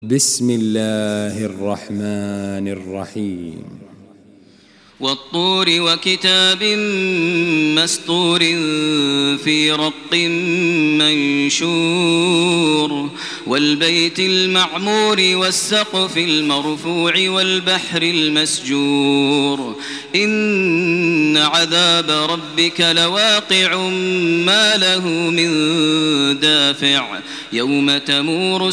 بسم الله الرحمن الرحيم والطور وكتاب مسطور في رق منشور والبيت المعمور والسقف المرفوع والبحر المسجور إن عذاب ربك لواقع ما له من دافع يوم تمور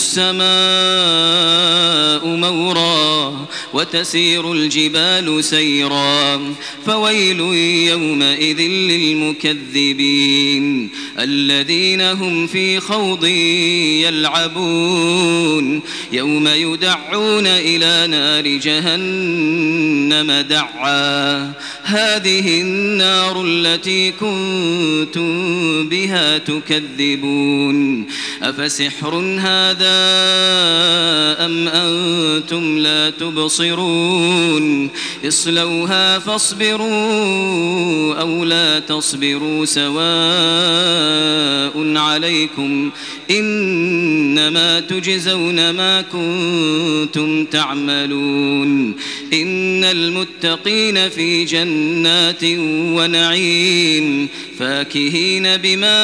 السماء مورا وتسير الجبال سيرا فويل يومئذ للمكذبين الذين هم في خوض يلعبون يوم يدعون إلى نار جهنم دعا هذه النار التي كنتم بها تكذبون أفسحر هذا أم أنتم لا تبصرون اصلوها فاصبروا أو لا تصبروا سواء عليكم إنما تجزون ما كنتم تعملون إن المتقين في جنات ونعيم فاكهين بما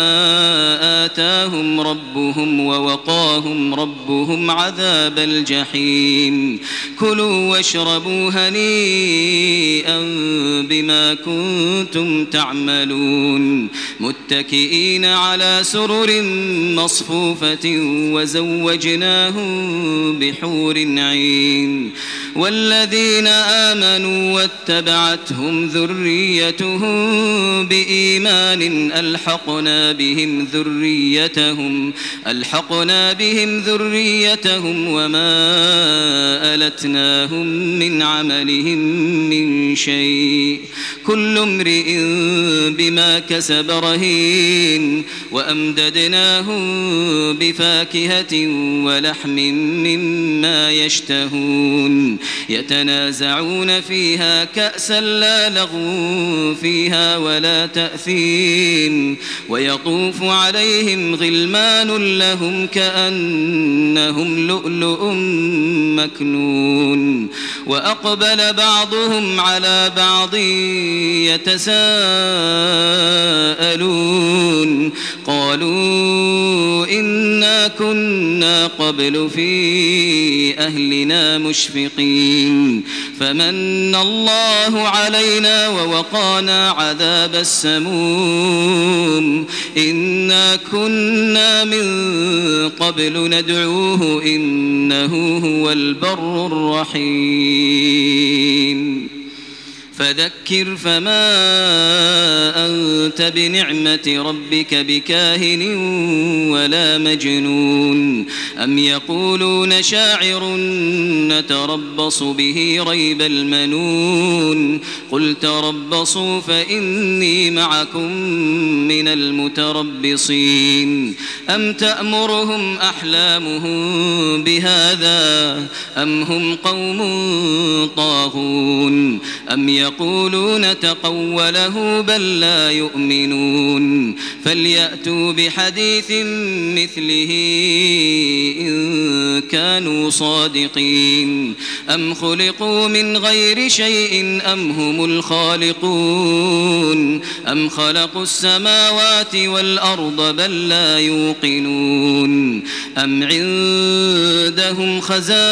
آتاهم ربهم ووقاهم ربهم عذاب الجحيم كلوا واشربوا هنيئا بما كنتم تعملون متكئين على سرر مصفوفة وزوجناهم بحور عين والذين آمنوا واتبعتهم ذريتهم بإيمان ألحقنا بهم ذريتهم وما ألتناهم من عملهم من شيء كل امرئ بما كسب رهين وأمددناهم بفاكهة ولحم مما يشتهون يتنازعون فيها كأسا لا لغو فيها ولا تأثيم ويطوف عليهم غلمان لهم كأنهم لؤلؤ مكنون وأقبل بعضهم على بعض يتساءلون قالوا إنا كنا قبل في أهلنا مشفقين فمن الله علينا ووقانا عذاب السموم إنا كنا من قبل ندعوه إنه هو البر الرحيم فذكر فما أنت بنعمة ربك بكاهن ولا مجنون أم يقولون شاعر نتربص به ريب المنون قل تربصوا فإني معكم من المتربصين أم تأمرهم أحلامهم بهذا أم هم قوم طاغون أم يقولون تقوله بل لا يؤمنون فليأتوا بحديث مثله إن كانوا صادقين أم خلقوا من غير شيء أم هم الخالقون أم خلقوا السماوات والأرض بل لا يوقنون أم عندهم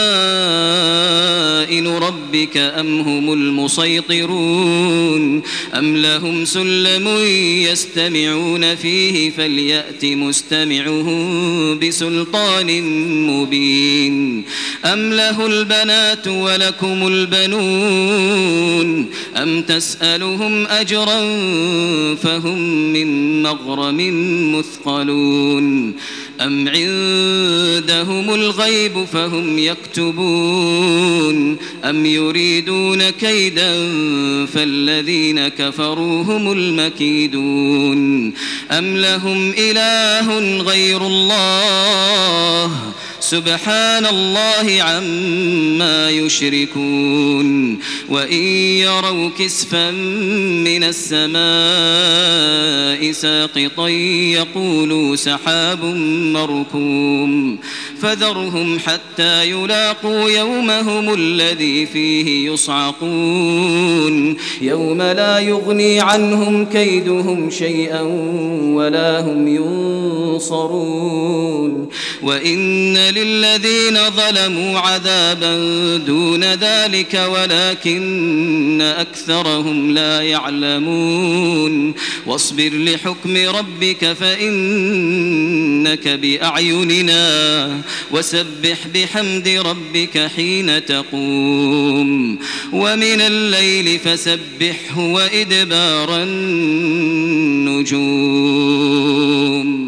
خزائن ربك أم هم المسيطرون أم لهم سلم يستمعون فيه فليأت مستمعهم بسلطان مبين أم له البنات ولكم البنون أم تسألهم أجرا فهم من مغرم مثقلون أم عندهم الغيب فهم يكتبون أم يريدون كيدا فالذين كفروا هم المكيدون أم لهم إله غير الله سبحان الله عما يشركون وإن يروا كسفا من السماء ساقطا يقولوا سحاب مركوم فذرهم حتى يلاقوا يومهم الذي فيه يصعقون يوم لا يغني عنهم كيدهم شيئا ولا هم ينصرون وإن للذين ظلموا عذابا دون ذلك ولكن أكثرهم لا يعلمون واصبر لحكم ربك فإنك بأعيننا وسبح بحمد ربك حين تقوم ومن الليل فسبحه وإدبار النجوم